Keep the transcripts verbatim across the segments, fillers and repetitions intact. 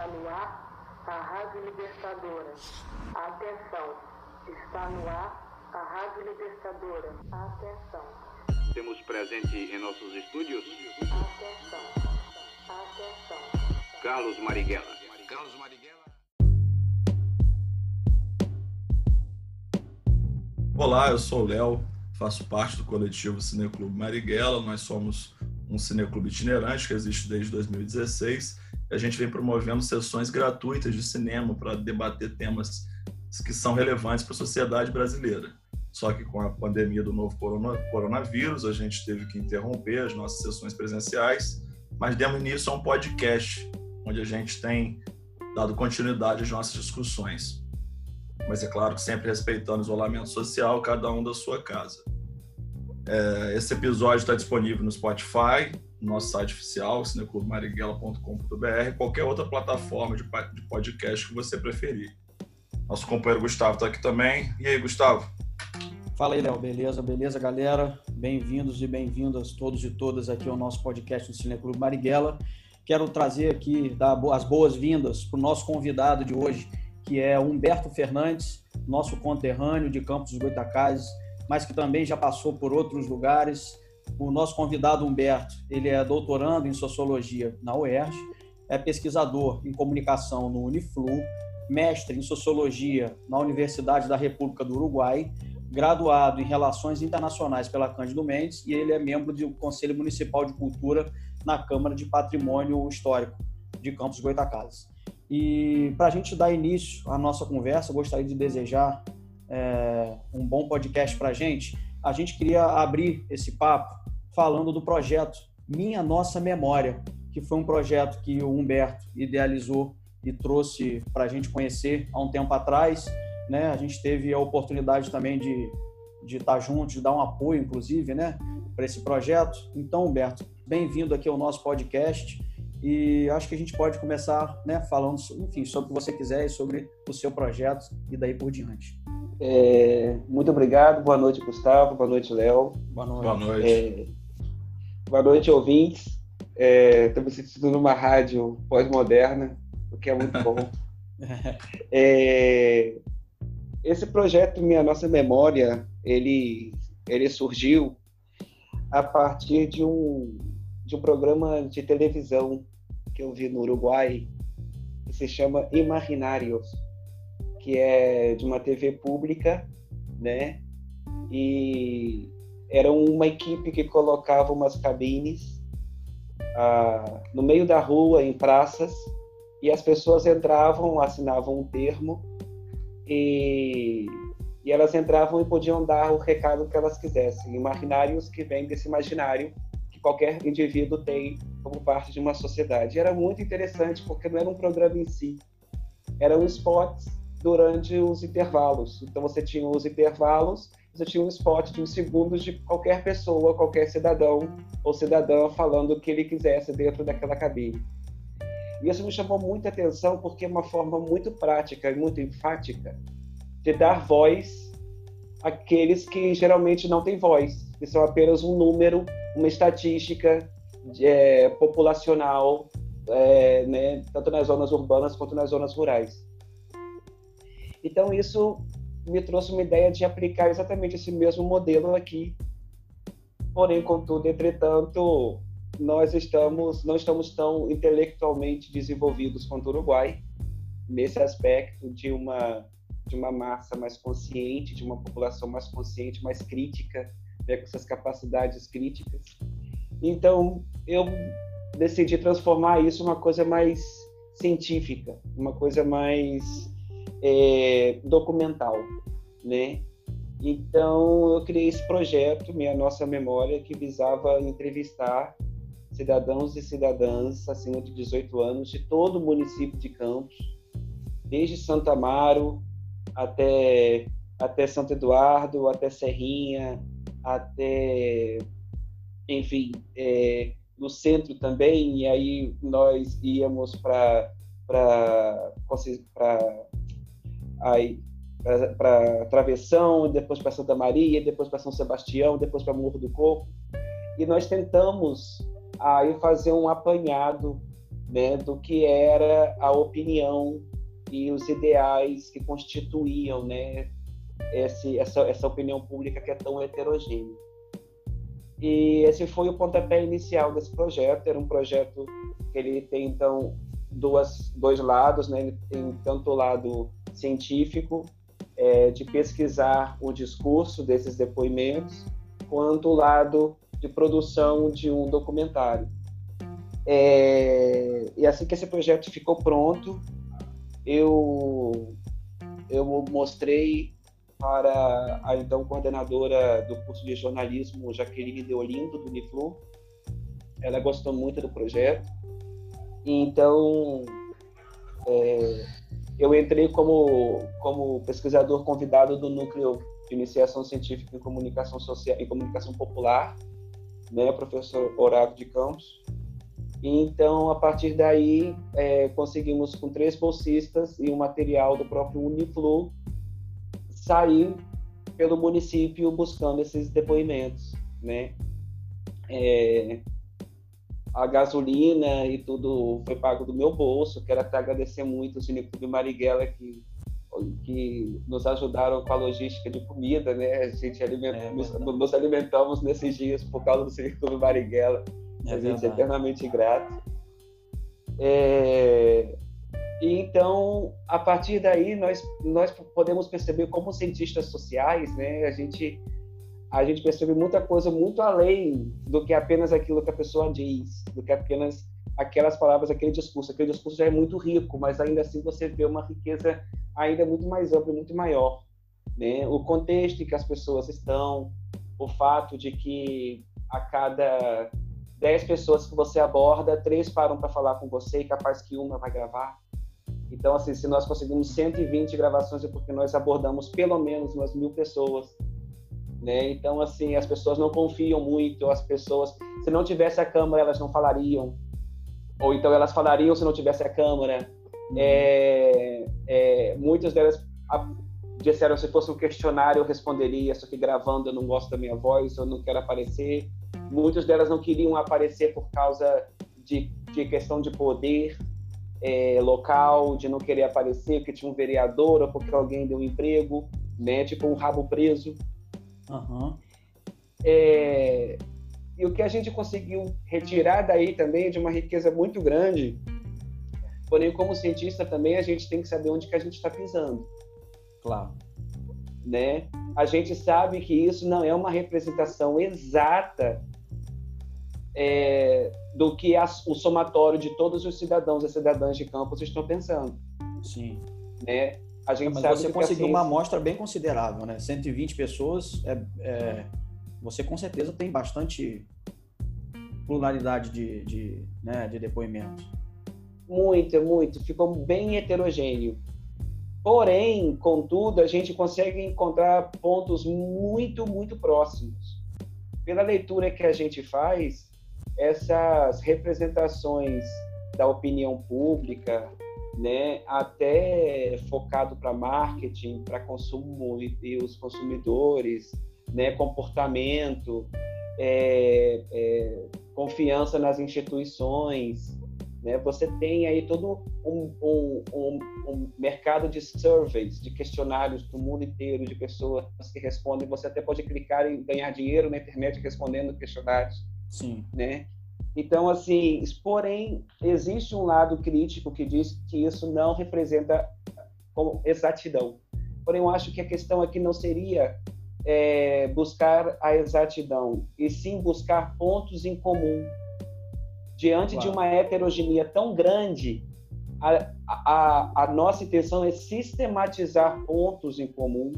no ar a Rádio Libertadora. Atenção, está no ar a Rádio Libertadora. Atenção. Temos presente em nossos estúdios. Atenção, atenção. Carlos Marighella. Carlos Marighella. Olá, eu sou o Léo, faço parte do coletivo Cineclube Marighella. Nós somos um cineclube itinerante que existe desde dois mil e dezesseis. A gente vem promovendo sessões gratuitas de cinema para debater temas que são relevantes para a sociedade brasileira. Só que com a pandemia do novo coronavírus, a gente teve que interromper as nossas sessões presenciais, mas demos início a um podcast, onde a gente tem dado continuidade às nossas discussões. Mas é claro que sempre respeitando o isolamento social, cada um da sua casa. É, esse episódio está disponível no Spotify, no nosso site oficial, cineclube marighella ponto com ponto b r, qualquer outra plataforma de podcast que você preferir. Nosso companheiro Gustavo está aqui também. E aí, Gustavo? Fala aí, Léo. Beleza? Beleza, galera? Bem-vindos e bem-vindas todos e todas aqui ao nosso podcast do Cineclube Marighella. Quero trazer aqui, dar as boas-vindas para o nosso convidado de hoje, que é Humberto Fernandes, nosso conterrâneo de Campos dos Goytacazes, mas que também já passou por outros lugares. O nosso convidado Humberto, ele é doutorando em Sociologia na U E R J, é pesquisador em Comunicação no Uniflu, mestre em Sociologia na Universidade da República do Uruguai, graduado em Relações Internacionais pela Cândido Mendes, e ele é membro do Conselho Municipal de Cultura na Câmara de Patrimônio Histórico de Campos dos Goytacazes. E para a gente dar início à nossa conversa, eu gostaria de desejar é, um bom podcast para a gente. A gente queria abrir esse papo falando do projeto Minha Nossa Memória, que foi um projeto que o Humberto idealizou e trouxe para a gente conhecer há um tempo atrás, né? A gente teve a oportunidade também de, de estar juntos, de dar um apoio, inclusive, né, para esse projeto. Então, Humberto, bem-vindo aqui ao nosso podcast. E acho que a gente pode começar, né, falando, enfim, sobre o que você quiser e sobre o seu projeto e daí por diante. É, muito obrigado. Boa noite, Gustavo. Boa noite, Léo. Boa noite. Boa noite. É, boa noite, ouvintes. É, estamos assistindo numa rádio pós-moderna, o que é muito bom. é, esse projeto Minha Nossa Memória, ele, ele surgiu a partir de um, de um programa de televisão que eu vi no Uruguai, que se chama Imaginários, que é de uma T V pública, né? E era uma equipe que colocava umas cabines ah, no meio da rua, em praças, e as pessoas entravam, assinavam um termo, e, e elas entravam e podiam dar o recado que elas quisessem. Imaginários, que vem desse imaginário que qualquer indivíduo tem como parte de uma sociedade. E era muito interessante, porque não era um programa em si, eram spots durante os intervalos. Então você tinha os intervalos, você tinha um spot de uns segundos de qualquer pessoa, qualquer cidadão ou cidadã falando o que ele quisesse dentro daquela cabine. E isso me chamou muita atenção, porque é uma forma muito prática e muito enfática de dar voz àqueles que geralmente não têm voz, que são apenas um número, uma estatística é, populacional, é, né, tanto nas zonas urbanas quanto nas zonas rurais. Então, isso me trouxe uma ideia de aplicar exatamente esse mesmo modelo aqui. Porém, contudo, entretanto, nós estamos, não estamos tão intelectualmente desenvolvidos quanto o Uruguai, nesse aspecto de uma, de uma massa mais consciente, de uma população mais consciente, mais crítica, né, com essas capacidades críticas. Então, eu decidi transformar isso numa coisa mais científica, uma coisa mais É, documental, né? Então eu criei esse projeto, Minha Nossa Memória, que visava entrevistar cidadãos e cidadãs acima de dezoito anos de todo o município de Campos, desde Santo Amaro até, até Santo Eduardo, até Serrinha, até, enfim, é, no centro também. E aí nós íamos para para aí para Travessão, depois para Santa Maria, depois para São Sebastião, depois para Morro do Coco, e nós tentamos aí fazer um apanhado né, do que era a opinião e os ideais que constituíam, né, esse, essa, essa opinião pública que é tão heterogênea. E esse foi o pontapé inicial desse projeto. Era um projeto que ele tem, então, duas, dois lados, né? Ele tem tanto o lado científico, é, de pesquisar o discurso desses depoimentos, quanto o lado de produção de um documentário. É, e assim que esse projeto ficou pronto, eu, eu mostrei para a então coordenadora do curso de jornalismo, Jaqueline de Olindo, do Uniflu. Ela gostou muito do projeto. Então, é, eu entrei como, como pesquisador convidado do Núcleo de Iniciação Científica em Comunicação Social, em Comunicação Popular, né, professor Horácio de Campos. E, então, a partir daí, é, conseguimos, com três bolsistas e um material do próprio Uniflu, sair pelo município buscando esses depoimentos, né? É, a gasolina e tudo foi pago do meu bolso. Quero até agradecer muito o Cineclube Marighella que, que nos ajudaram com a logística de comida, né? A gente alimenta, é nos, nos alimentamos nesses dias por causa do Cineclube Marighella. É a gente é eternamente grato. É... E então, a partir daí, nós, nós podemos perceber como cientistas sociais, né, a gente, a gente percebe muita coisa muito além do que apenas aquilo que a pessoa diz, do que apenas aquelas palavras, aquele discurso. Aquele discurso já é muito rico, mas ainda assim você vê uma riqueza ainda muito mais ampla, muito maior, né? O contexto em que as pessoas estão, o fato de que a cada dez pessoas que você aborda, três param para falar com você e capaz que uma vai gravar. Então, assim, se nós conseguimos cento e vinte gravações é porque nós abordamos pelo menos umas mil pessoas, né? Então, assim, as pessoas não confiam muito, as pessoas, se não tivesse a câmera, elas não falariam, ou então elas falariam se não tivesse a câmera. É, é, muitas delas disseram, se fosse um questionário eu responderia, só que gravando eu não gosto da minha voz, eu não quero aparecer. Muitas delas não queriam aparecer por causa de, de questão de poder, É, local, de não querer aparecer porque tinha um vereador ou porque alguém deu um emprego, né? Tipo um rabo preso. Uhum. É, e o que a gente conseguiu retirar daí também é de uma riqueza muito grande, porém, como cientista também, a gente tem que saber onde que a gente está pisando. Claro. Né? A gente sabe que isso não é uma representação exata É, do que a, o somatório de todos os cidadãos e cidadãs de Campos estão pensando. Sim. Né? A gente Mas sabe você que conseguiu ciência... uma amostra bem considerável, né? cento e vinte pessoas, é, é, você com certeza tem bastante pluralidade de, de, né, de depoimentos. Muito, muito. Ficou bem heterogêneo. Porém, contudo, a gente consegue encontrar pontos muito, muito próximos. Pela leitura que a gente faz, essas representações da opinião pública, né, até focado para marketing, para consumo e, e os consumidores, né, comportamento, é, é, confiança nas instituições, né, você tem aí todo um, um, um, um mercado de surveys, de questionários do mundo inteiro, de pessoas que respondem. Você até pode clicar e ganhar dinheiro na internet respondendo questionários. Sim. Né? Então, assim, porém, existe um lado crítico que diz que isso não representa como exatidão. Porém, eu acho que a questão aqui não seria é, buscar a exatidão, e sim buscar pontos em comum. Diante claro. de uma heterogeneia tão grande, a, a, a nossa intenção é sistematizar pontos em comum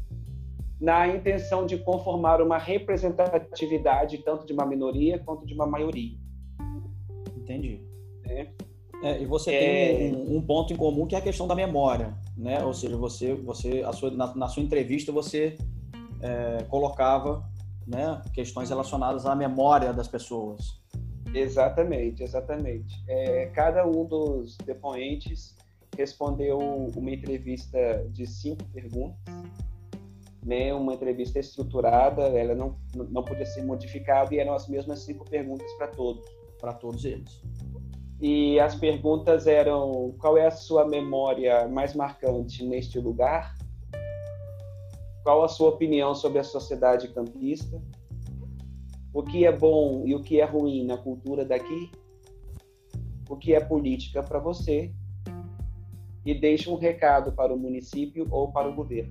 na intenção de conformar uma representatividade tanto de uma minoria quanto de uma maioria. Entendi. É. É, e você é... tem um, um ponto em comum que é a questão da memória, né? Ou seja, você, você a sua, na, na sua entrevista você é, colocava, né, questões relacionadas à memória das pessoas. Exatamente, exatamente. É, cada um dos depoentes respondeu uma entrevista de cinco perguntas, né, uma entrevista estruturada, ela não, não podia ser modificada e eram as mesmas cinco perguntas para todos. Para todos eles. E as perguntas eram: qual é a sua memória mais marcante neste lugar? Qual a sua opinião sobre a sociedade campista? O que é bom e o que é ruim na cultura daqui? O que é política para você? E deixe um recado para o município ou para o governo.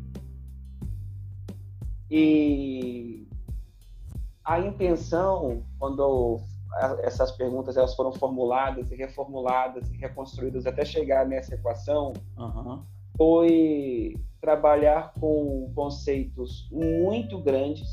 E a intenção, quando essas perguntas elas foram formuladas e reformuladas e reconstruídas até chegar nessa equação, uhum. foi trabalhar com conceitos muito grandes,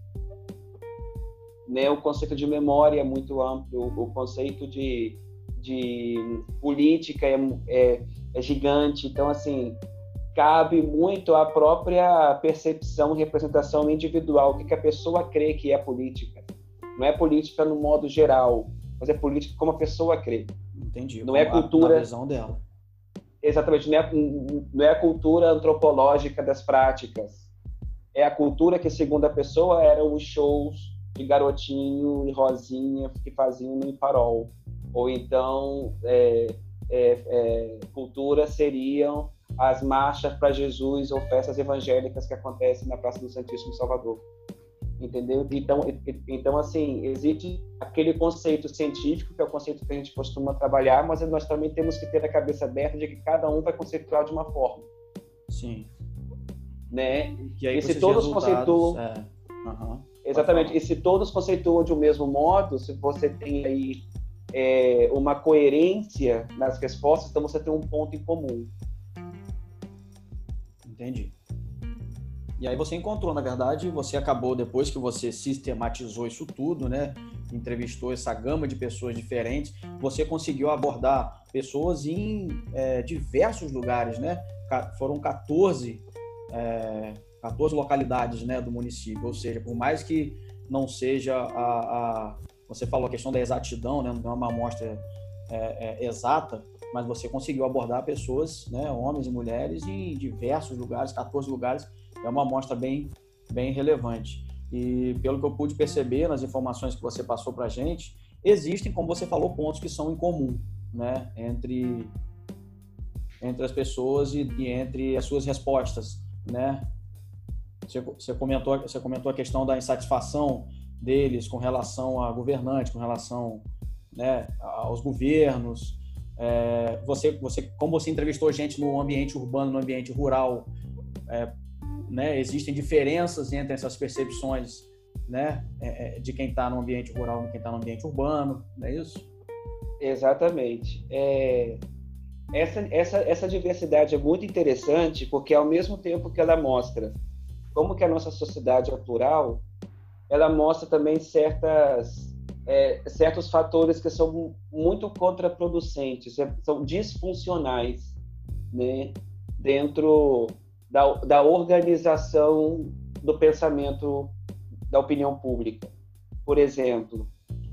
né? O conceito de memória é muito amplo, o conceito de, de política é, é, é gigante, então assim cabe muito à própria percepção e representação individual, o que, que a pessoa crê que é política. Não é política no modo geral, mas é política como a pessoa crê. Entendi. Não é cultura. Na visão dela. Exatamente. Não é, não é a cultura antropológica das práticas. É a cultura que, segundo a pessoa, eram os shows de garotinho e rosinha que faziam no Farol. Ou então, é, é, é, cultura seriam as marchas para Jesus ou festas evangélicas que acontecem na Praça do Santíssimo Salvador. Entendeu? Então, então, assim, existe aquele conceito científico, que é o conceito que a gente costuma trabalhar, mas nós também temos que ter a cabeça aberta de que cada um vai conceituar de uma forma. Sim. Né? E aí, e se todos conceituam... É. Uhum. Exatamente. E se todos conceituam de um mesmo modo, se você tem aí é, uma coerência nas respostas, então você tem um ponto em comum. Entendi. E aí você encontrou, na verdade, você acabou, depois que você sistematizou isso tudo, né, entrevistou essa gama de pessoas diferentes, você conseguiu abordar pessoas em é, diversos lugares, né? Foram quatorze, é, quatorze localidades, né, do município, ou seja, por mais que não seja a... a você falou a questão da exatidão, né, não é uma amostra é, é, exata, mas você conseguiu abordar pessoas, né, homens e mulheres, em diversos lugares, quatorze lugares. É uma amostra bem, bem relevante. E pelo que eu pude perceber nas informações que você passou para a gente, existem, como você falou, pontos que são em comum, né, entre, entre as pessoas e, e entre as suas respostas, né? Você, você, comentou, você comentou a questão da insatisfação deles com relação a governantes, com relação, né, aos governos. É, você, você, como você entrevistou gente no ambiente urbano, no ambiente rural, é, né, existem diferenças entre essas percepções, né, é, de quem está no ambiente rural e quem está no ambiente urbano, não é isso? Exatamente. É, essa, essa, essa diversidade é muito interessante porque, ao mesmo tempo que ela mostra como que a nossa sociedade é plural, ela mostra também certas, é, certos fatores que são muito contraproducentes, são disfuncionais, né, dentro da, da organização do pensamento da opinião pública. Por exemplo,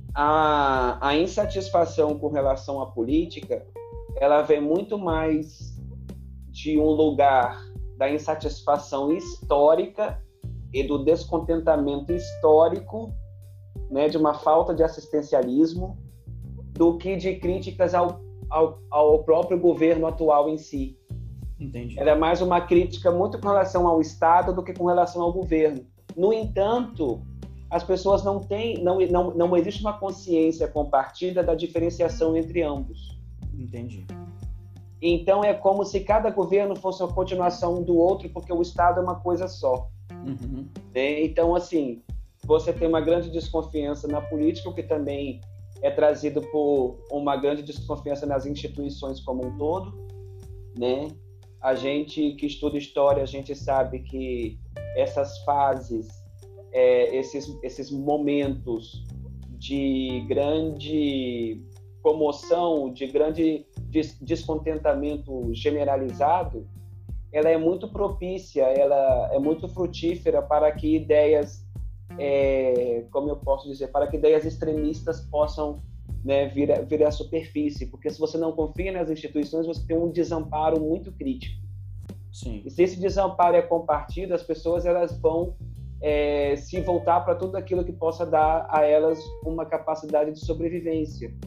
a, a insatisfação com relação à política, ela vem muito mais de um lugar da insatisfação histórica e do descontentamento histórico, né, de uma falta de assistencialismo, do que de críticas ao, ao, ao próprio governo atual em si. Entendi. Era mais uma crítica muito com relação ao Estado do que com relação ao governo. No entanto, as pessoas não têm, não, não, não existe uma consciência compartilhada da diferenciação entre ambos. Entendi. Então é como se cada governo fosse uma continuação um do outro, porque o Estado é uma coisa só. Uhum. Então, assim, você tem uma grande desconfiança na política, o que também é trazido por uma grande desconfiança nas instituições como um todo, né? A gente que estuda história, a gente sabe que essas fases, é, esses, esses momentos de grande comoção, de grande des- descontentamento generalizado, ela é muito propícia, ela é muito frutífera para que ideias, é, como eu posso dizer, para que ideias extremistas possam, né, vir, a, vir à superfície, porque se você não confia nas instituições, você tem um desamparo muito crítico. Sim. E se esse desamparo é compartido, as pessoas elas vão é, se voltar para tudo aquilo que possa dar a elas uma capacidade de sobrevivência.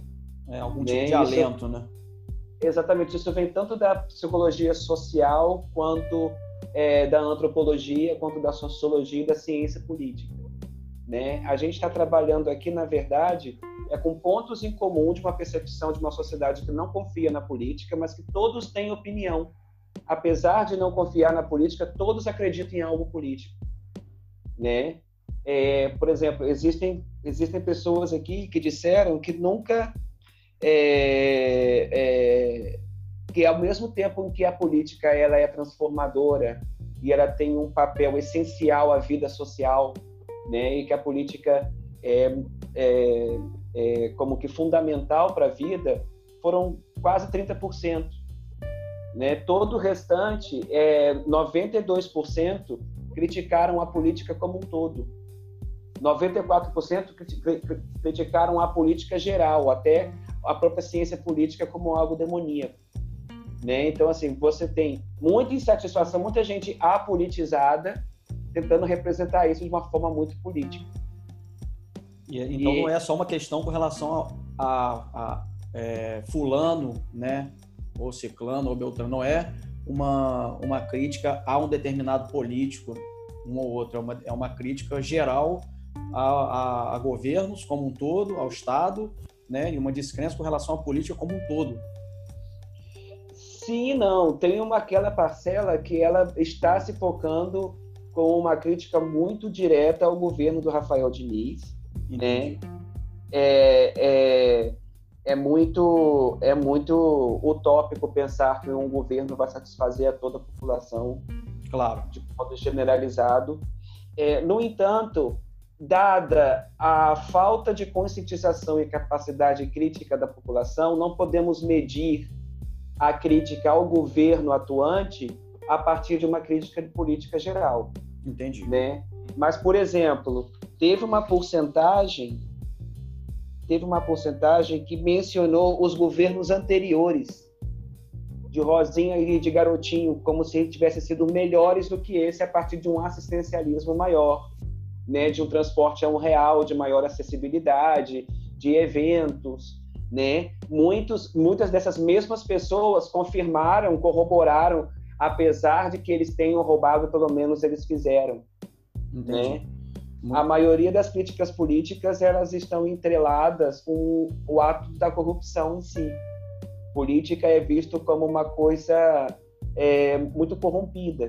É, algum né? tipo de Isso, alento, né? Exatamente, isso vem tanto da psicologia social, quanto é, da antropologia, quanto da sociologia e da ciência política, né? A gente está trabalhando aqui, na verdade, é com pontos em comum de uma percepção de uma sociedade que não confia na política, mas que todos têm opinião. Apesar de não confiar na política, todos acreditam em algo político, né? É, por exemplo, existem, existem pessoas aqui que disseram que nunca... É, é, que ao mesmo tempo em que a política ela é transformadora e ela tem um papel essencial à vida social, né, e que a política é, é, é como que fundamental para a vida, foram quase trinta por cento. Né? Todo o restante, é, noventa e dois por cento, criticaram a política como um todo. noventa e quatro por cento criticaram a política geral, até a própria ciência política como algo demoníaco, né? Então, assim, você tem muita insatisfação, muita gente apolitizada tentando representar isso de uma forma muito política. E, então, e... não é só uma questão com relação a, a, a é, fulano, né? Ou ciclano, ou beltrano. Não é uma, uma crítica a um determinado político, um ou outro. É uma, é uma crítica geral a, a, a governos como um todo, ao Estado, né, e uma descrença com relação à política como um todo. Sim e não. Tem uma, aquela parcela que ela está se focando com uma crítica muito direta ao governo do Rafael Diniz. Né? É, é, é, muito, é muito utópico pensar que um governo vai satisfazer a toda a população, claro, de modo generalizado. É, no entanto, dada a falta de conscientização e capacidade crítica da população, não podemos medir a crítica ao governo atuante a partir de uma crítica de política geral. Entendi. Né? Mas, por exemplo, teve uma porcentagem, teve uma porcentagem que mencionou os governos anteriores, de Rosinha e de Garotinho, como se tivessem sido melhores do que esse a partir de um assistencialismo maior, né, de um transporte a um real, de maior acessibilidade, de eventos, né? Muitos, muitas dessas mesmas pessoas confirmaram, corroboraram, apesar de que eles tenham roubado, pelo menos eles fizeram. Né? A maioria das críticas políticas, elas estão entreladas com o ato da corrupção em si. Política é visto como uma coisa é, muito corrompida.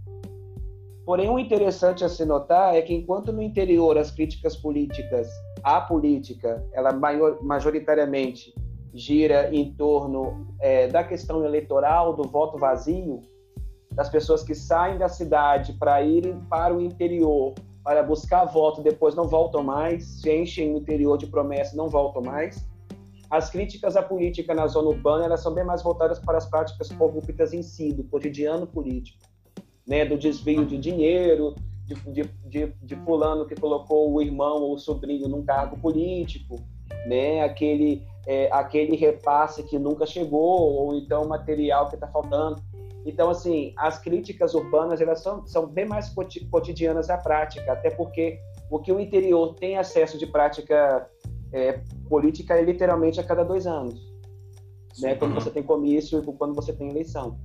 Porém, o interessante a se notar é que, enquanto no interior as críticas políticas, a política, ela maior, majoritariamente gira em torno é, da questão eleitoral, do voto vazio, das pessoas que saem da cidade para irem para o interior, para buscar voto, depois não voltam mais, se enchem o interior de promessas, não voltam mais. As críticas à política na zona urbana, elas são bem mais voltadas para as práticas corruptas em si, do cotidiano político. Né, do desvio de dinheiro, de, de, de, de fulano que colocou o irmão ou o sobrinho num cargo político, né, aquele, é, aquele repasse que nunca chegou, ou então material que está faltando. Então, assim, as críticas urbanas, elas são, são bem mais cotidianas à prática, até porque o que o interior tem acesso de prática é, política é literalmente a cada dois anos, né, quando você tem comício e quando você tem eleição.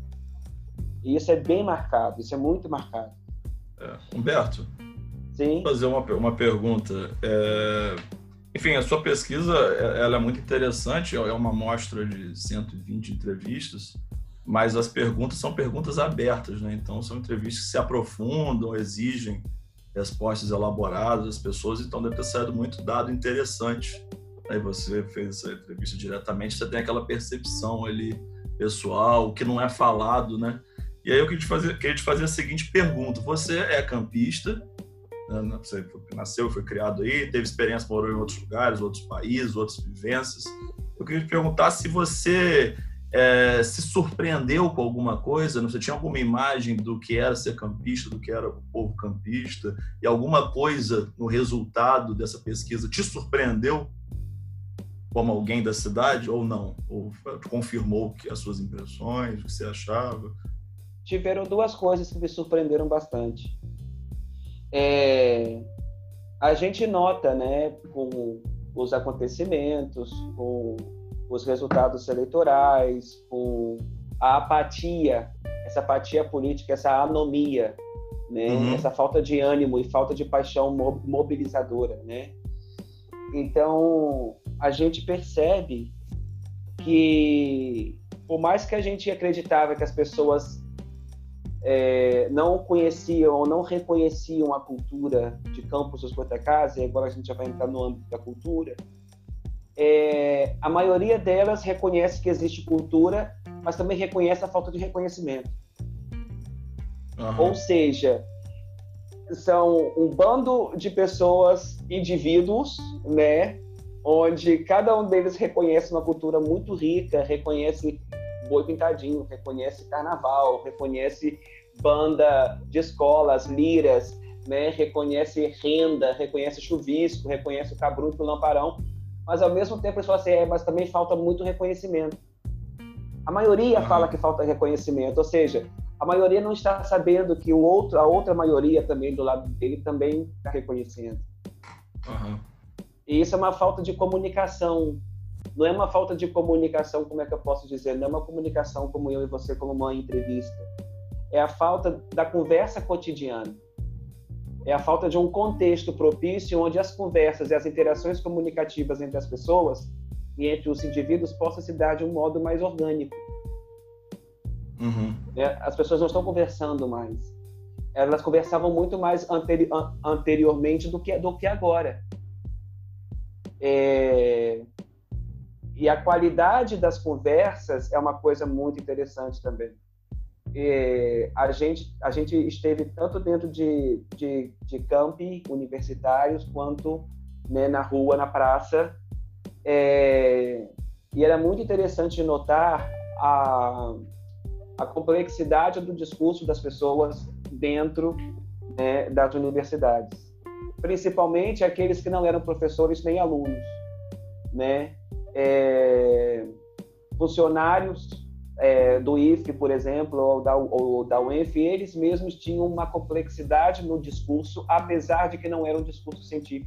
E isso é bem marcado, isso é muito marcado. É. Humberto, Sim? vou fazer uma, uma pergunta. É... Enfim, a sua pesquisa ela é muito interessante, é uma amostra de cento e vinte entrevistas, mas as perguntas são perguntas abertas, né? Então, são entrevistas que se aprofundam, exigem respostas elaboradas das pessoas, então deve ter saído muito dado interessante. Aí você fez essa entrevista diretamente, você tem aquela percepção ali pessoal, que não é falado, né? E aí eu queria te fazer, queria te fazer a seguinte pergunta. Você é campista, né? Você nasceu, foi criado aí, teve experiência, morou em outros lugares, outros países, outras vivências. Eu queria te perguntar se você é, se surpreendeu com alguma coisa, você tinha alguma imagem do que era ser campista, do que era o povo campista, e alguma coisa no resultado dessa pesquisa te surpreendeu como alguém da cidade ou não? Ou confirmou que as suas impressões, o que você achava? Tiveram duas coisas que me surpreenderam bastante. É, a gente nota, né, com os acontecimentos, com os resultados eleitorais, com a apatia, essa apatia política, essa anomia, né? Uhum. Essa falta de ânimo e falta de paixão mobilizadora, né? Então, a gente percebe que, por mais que a gente acreditava que as pessoas é, não conheciam ou não reconheciam a cultura de Campos dos Goytacazes, e agora a gente já vai entrar no âmbito da cultura, é, a maioria delas reconhece que existe cultura, mas também reconhece a falta de reconhecimento. Uhum. Ou seja, são um bando de pessoas, indivíduos, né, onde cada um deles reconhece uma cultura muito rica, reconhece boi pintadinho, reconhece carnaval, reconhece banda de escolas, liras, né, reconhece renda, reconhece chuvisco, reconhece o cabrunco e o lamparão, mas ao mesmo tempo eles falam assim, é, mas também falta muito reconhecimento. A maioria uhum. fala que falta reconhecimento, ou seja, a maioria não está sabendo que o outro, a outra maioria também do lado dele também está reconhecendo. Uhum. E isso é uma falta de comunicação. Não é uma falta de comunicação, como é que eu posso dizer? Não é uma comunicação como eu e você, como uma entrevista. É a falta da conversa cotidiana. É a falta de um contexto propício onde as conversas e as interações comunicativas entre as pessoas e entre os indivíduos possam se dar de um modo mais orgânico. Uhum. As pessoas não estão conversando mais. Elas conversavam muito mais anteri- anteriormente do que, do que agora. É... E a qualidade das conversas é uma coisa muito interessante também. É... A, gente, a gente esteve tanto dentro de, de, de campi universitários quanto, né, na rua, na praça. É... E era muito interessante notar a... a complexidade do discurso das pessoas dentro, né, das universidades, principalmente aqueles que não eram professores nem alunos, né? É, funcionários é, do I F E, por exemplo, ou da, ou da U E N F, eles mesmos tinham uma complexidade no discurso, apesar de que não era um discurso científico.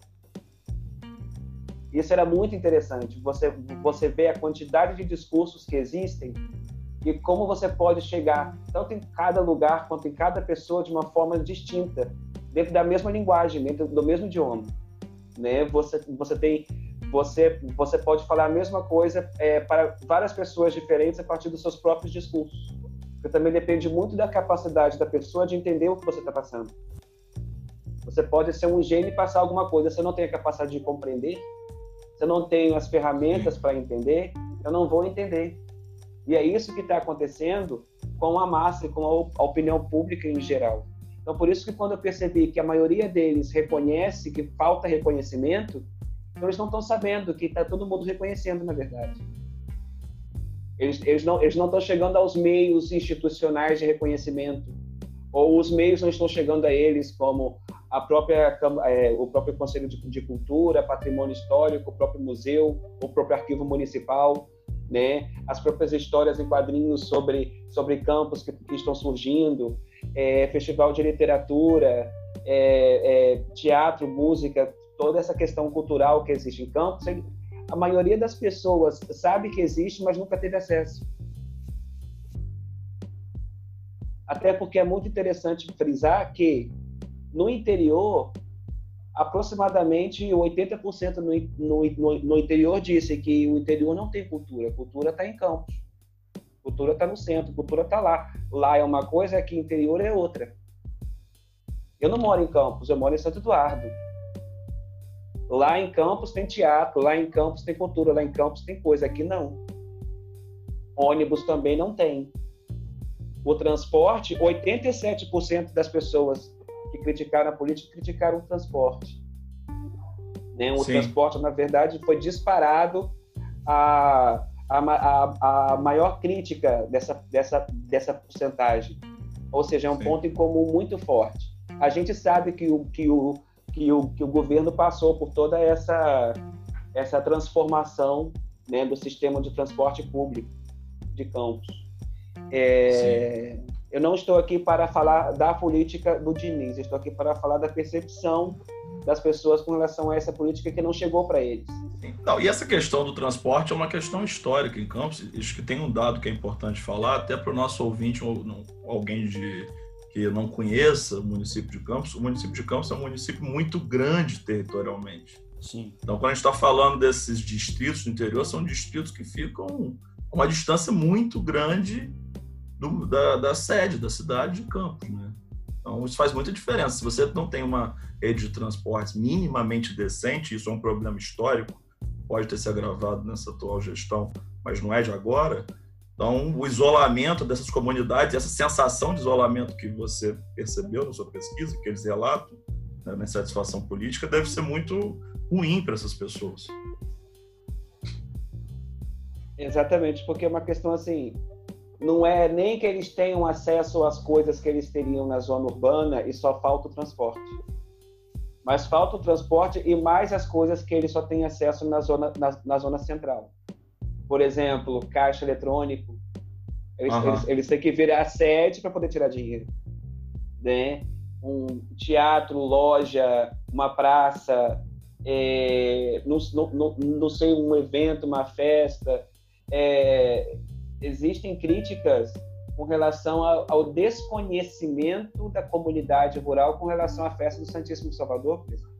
Isso era muito interessante, você, você vê a quantidade de discursos que existem e como você pode chegar, tanto em cada lugar quanto em cada pessoa, de uma forma distinta, dentro da mesma linguagem, dentro do mesmo idioma, né? Você, você, tem, você, você pode falar a mesma coisa é, para várias pessoas diferentes a partir dos seus próprios discursos. Porque também depende muito da capacidade da pessoa de entender o que você está passando. Você pode ser um gênio e passar alguma coisa, você não tem a capacidade de compreender, você não tem as ferramentas para entender, eu não vou entender. E é isso que está acontecendo com a massa e com a opinião pública em geral. Então, por isso que quando eu percebi que a maioria deles reconhece que falta reconhecimento, então eles não estão sabendo que está todo mundo reconhecendo, na verdade. Eles, eles não eles não estão chegando aos meios institucionais de reconhecimento, ou os meios não estão chegando a eles, como a própria, é, o próprio Conselho de, de Cultura, Patrimônio Histórico, o próprio museu, o próprio Arquivo Municipal, né? As próprias histórias em quadrinhos sobre, sobre campos que, que estão surgindo, é, festival de literatura, é, é, teatro, música, toda essa questão cultural que existe em Campos, a maioria das pessoas sabe que existe, mas nunca teve acesso. Até porque é muito interessante frisar que no interior, aproximadamente oitenta por cento no, no, no interior disse que o interior não tem cultura. Cultura está em Campos. Cultura está no centro. Cultura está lá. Lá é uma coisa, aqui interior é outra. Eu não moro em Campos, eu moro em Santo Eduardo. Lá em Campos tem teatro, lá em Campos tem cultura, lá em Campos tem coisa. Aqui não. Ônibus também não tem. O transporte, oitenta e sete por cento das pessoas que criticaram a política, criticaram o transporte. Né? O Sim. transporte, na verdade, foi disparado a, a, a, a maior crítica dessa, dessa, dessa porcentagem. Ou seja, é um Sim. ponto em comum muito forte. A gente sabe que o, que o, que o, que o governo passou por toda essa, essa transformação, né, do sistema de transporte público de Campos. É... Eu não estou aqui para falar da política do Diniz, estou aqui para falar da percepção das pessoas com relação a essa política que não chegou para eles. Não, e essa questão do transporte é uma questão histórica em Campos. Acho que tem um dado que é importante falar, até para o nosso ouvinte, ou não, alguém de, que não conheça o município de Campos. O município de Campos é um município muito grande territorialmente. Sim. Então, quando a gente está falando desses distritos do interior, são distritos que ficam a uma distância muito grande do, da, da sede, da cidade de Campos, né? Então, isso faz muita diferença. Se você não tem uma rede de transportes minimamente decente, isso é um problema histórico, pode ter se agravado nessa atual gestão, mas não é de agora. Então, o isolamento dessas comunidades, essa sensação de isolamento que você percebeu na sua pesquisa, que eles relatam, né, na insatisfação política, deve ser muito ruim para essas pessoas. Exatamente, porque é uma questão assim, não é nem que eles tenham acesso às coisas que eles teriam na zona urbana e só falta o transporte. Mas falta o transporte e mais as coisas que eles só têm acesso na zona, na, na zona central. Por exemplo, caixa eletrônico. Eles, uhum. eles, eles têm que vir à sede para poder tirar dinheiro. Né? Um teatro, loja, uma praça, é, não, não, não sei, um evento, uma festa. É, existem críticas com relação ao, ao desconhecimento da comunidade rural com relação à festa do Santíssimo Salvador, por exemplo.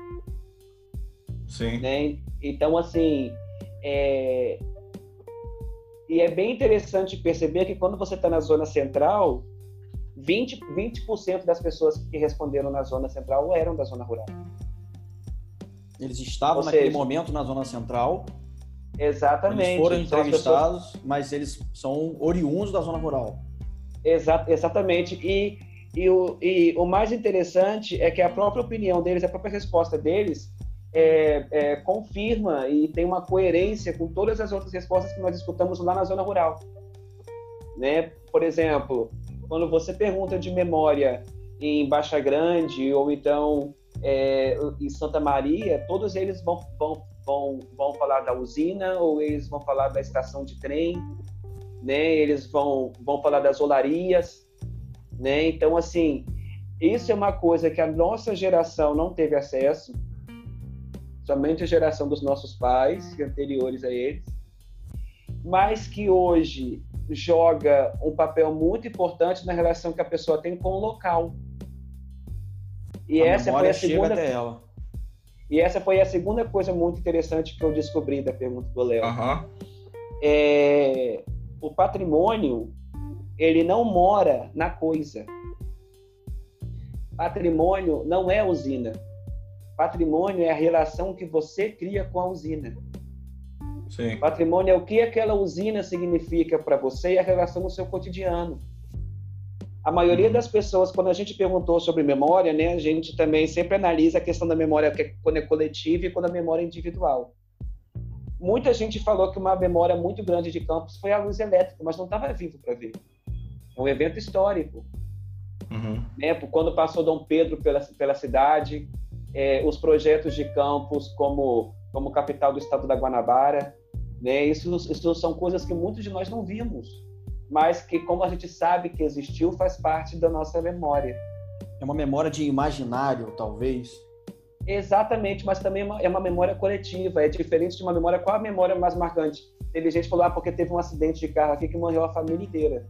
Sim. Né? Então, assim, é... e é bem interessante perceber que quando você está na zona central, vinte por cento das pessoas que responderam na zona central eram da zona rural. Eles estavam Ou naquele seja, momento na zona central. Exatamente. Eles foram entrevistados, pessoas... mas eles são oriundos da zona rural. Exa exatamente. E, e, o, e o mais interessante é que a própria opinião deles, a própria resposta deles, é, é, confirma e tem uma coerência com todas as outras respostas que nós escutamos lá na zona rural. Né? Por exemplo, quando você pergunta de memória em Baixa Grande ou então é, em Santa Maria, todos eles vão, vão Vão, vão falar da usina, ou eles vão falar da estação de trem, né? Eles vão, vão falar das olarias, né? Então, assim, isso é uma coisa que a nossa geração não teve acesso, somente a geração dos nossos pais, anteriores a eles, mas que hoje joga um papel muito importante na relação que a pessoa tem com o local. E a essa foi a chega segunda... até ela. E essa foi a segunda coisa muito interessante que eu descobri da pergunta do Léo. Uhum. É, o patrimônio, ele não mora na coisa. Patrimônio não é usina. Patrimônio é a relação que você cria com a usina. Sim. Patrimônio é o que aquela usina significa para você e a relação no seu cotidiano. A maioria das pessoas, quando a gente perguntou sobre memória, né, a gente também sempre analisa a questão da memória quando é coletiva e quando a memória é individual. Muita gente falou que uma memória muito grande de Campos foi a luz elétrica, mas não estava vivo para ver. É um evento histórico. Uhum. Né, quando passou Dom Pedro pela, pela cidade, é, os projetos de Campos como, como capital do estado da Guanabara, né, isso, isso são coisas que muitos de nós não vimos, mas que, como a gente sabe que existiu, faz parte da nossa memória. É uma memória de imaginário, talvez? Exatamente, mas também é uma, é uma memória coletiva, é diferente de uma memória. Qual a memória mais marcante? Teve gente que falou, ah, porque teve um acidente de carro aqui que morreu a família inteira.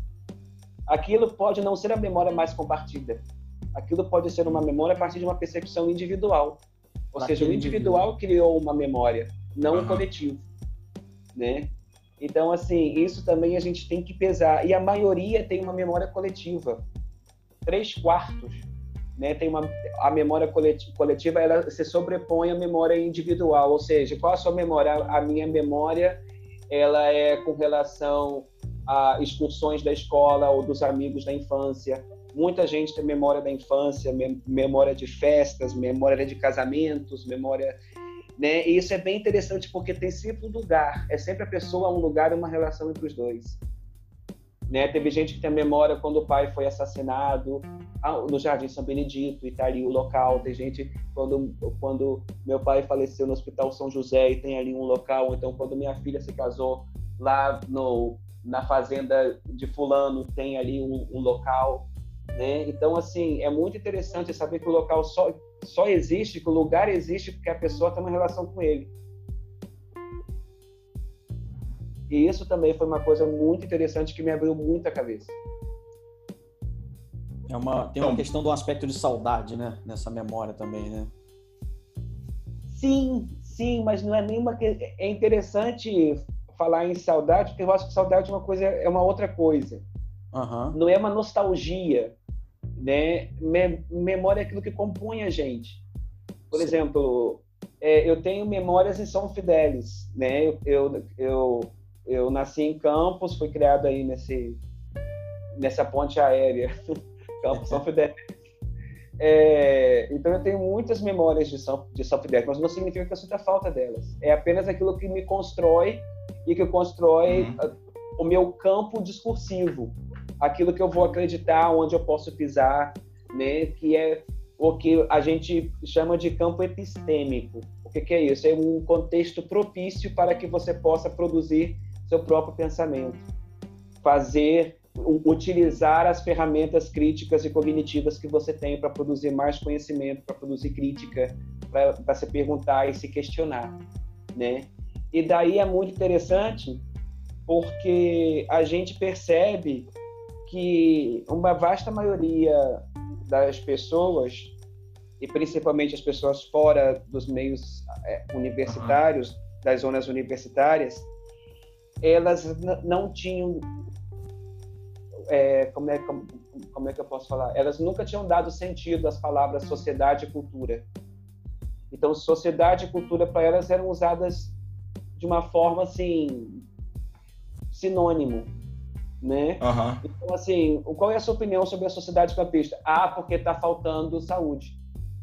Aquilo pode não ser a memória mais compartida. Aquilo pode ser uma memória a partir de uma percepção individual. Ou Pra seja, o individual criou uma memória, não uhum. o coletivo. Né? Então, assim, isso também a gente tem que pesar. E a maioria tem uma memória coletiva. Três quartos, né? Tem uma, a memória coletiva, ela se sobrepõe à memória individual. Ou seja, qual a sua memória? A minha memória, ela é com relação a excursões da escola ou dos amigos da infância. Muita gente tem memória da infância, memória de festas, memória de casamentos, memória... Né? E isso é bem interessante porque tem sempre um lugar, é sempre a pessoa, um lugar e uma relação entre os dois. Né? Teve gente que tem memória quando o pai foi assassinado no Jardim São Benedito, e está ali o local. Tem gente quando, quando meu pai faleceu no Hospital São José e tem ali um local. Então, quando minha filha se casou lá no, na fazenda de fulano, tem ali um, um local. né? Então, assim, é muito interessante saber que o local só, só existe, que o lugar existe porque a pessoa tem uma relação com ele. E isso também foi uma coisa muito interessante que me abriu muito a cabeça. É uma, tem uma questão de um aspecto de saudade, né? Nessa memória também, né? Sim, sim, mas não é nenhuma... É interessante falar em saudade, porque eu acho que saudade é uma coisa, é uma outra coisa. Uhum. Não é uma nostalgia, né? Memória é aquilo que compõe a gente. Por Sim. exemplo, é, eu tenho memórias em São Fidélis, né? Eu, eu, eu, eu nasci em Campos, fui criado aí nesse, nessa ponte aérea, Campos São Fidélis. É, então eu tenho muitas memórias de São, de São Fidélis, mas não significa que eu sinta falta delas. É apenas aquilo que me constrói e que constrói uhum. o meu campo discursivo, aquilo que eu vou acreditar, onde eu posso pisar, né? Que é o que a gente chama de campo epistêmico. O que, que é isso? É um contexto propício para que você possa produzir seu próprio pensamento, fazer, utilizar as ferramentas críticas e cognitivas que você tem para produzir mais conhecimento, para produzir crítica, para se perguntar e se questionar, né? E daí é muito interessante porque a gente percebe que uma vasta maioria das pessoas, e principalmente as pessoas fora dos meios é, universitários, uhum. das zonas universitárias, elas n- não tinham, é, como, é, como, como é que eu posso falar? Elas nunca tinham dado sentido às palavras sociedade e cultura. Então, sociedade e cultura para elas eram usadas de uma forma, assim, sinônimo, né? Uhum. Então, assim, qual é a sua opinião sobre a sociedade campista? Ah, porque está faltando saúde.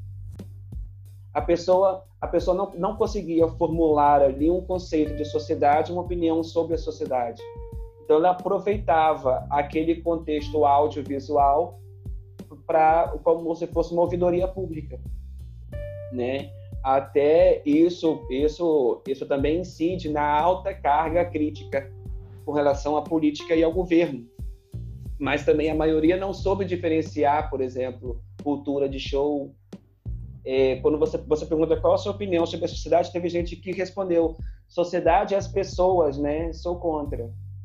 A pessoa, a pessoa não, não conseguia formular ali um conceito de sociedade, uma opinião sobre a sociedade. Então, ela aproveitava aquele contexto audiovisual para como se fosse uma ouvidoria pública, né? Até isso, isso, isso também incide na alta carga crítica com relação à política e ao governo. Mas também a maioria não soube diferenciar, por exemplo, cultura de show. É, quando você, você pergunta qual a sua opinião sobre a sociedade, teve gente que respondeu: sociedade é as pessoas, né? Sou contra.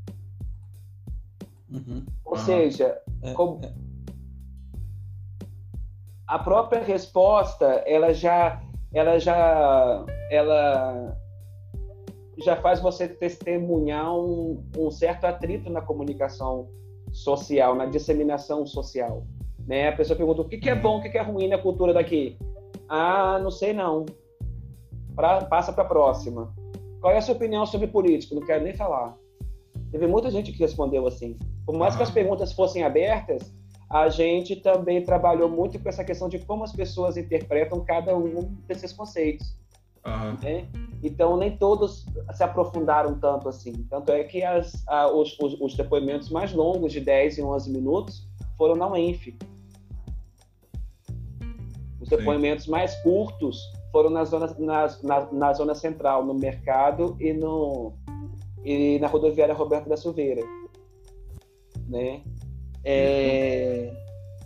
Uhum. Ou uhum. seja, é, como... é. a própria resposta, ela já, ela já, ela já faz você testemunhar um, um certo atrito na comunicação social, na disseminação social, né? A pessoa pergunta o que, que é bom, o que, que é ruim na cultura daqui. Ah, não sei não. Pra, passa para a próxima. Qual é a sua opinião sobre política? Não quero nem falar. Teve muita gente que respondeu assim. Por mais que as perguntas fossem abertas, a gente também trabalhou muito com essa questão de como as pessoas interpretam cada um desses conceitos. Uhum. Né? Então, nem todos se aprofundaram tanto assim. Tanto é que as, a, os, os, os depoimentos mais longos, de dez e onze minutos, foram na U E N F. Os depoimentos Sim. mais curtos foram na zona, na, na, na zona central, no mercado e, no, e na rodoviária Roberto da Silveira. Né? É...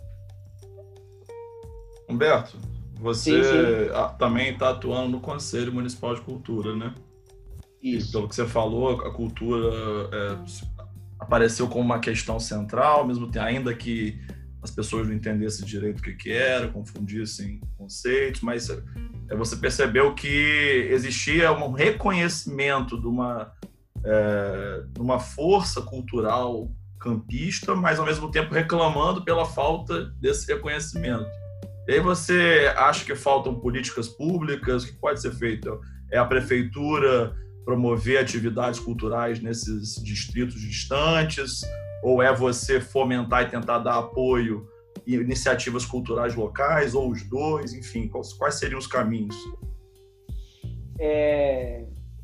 Humberto, você sim, sim. também está atuando no Conselho Municipal de Cultura, né? Isso. E pelo que você falou, a cultura é, apareceu como uma questão central, mesmo que, ainda que as pessoas não entendessem direito o que, que era, confundissem conceitos, mas é, você percebeu que existia um reconhecimento de uma, é, de uma força cultural campista, mas ao mesmo tempo reclamando pela falta desse reconhecimento. E aí você acha que faltam políticas públicas? O que pode ser feito? É a prefeitura promover atividades culturais nesses distritos distantes? Ou é você fomentar e tentar dar apoio e iniciativas culturais locais? Ou os dois? Enfim, quais, quais seriam os caminhos? É...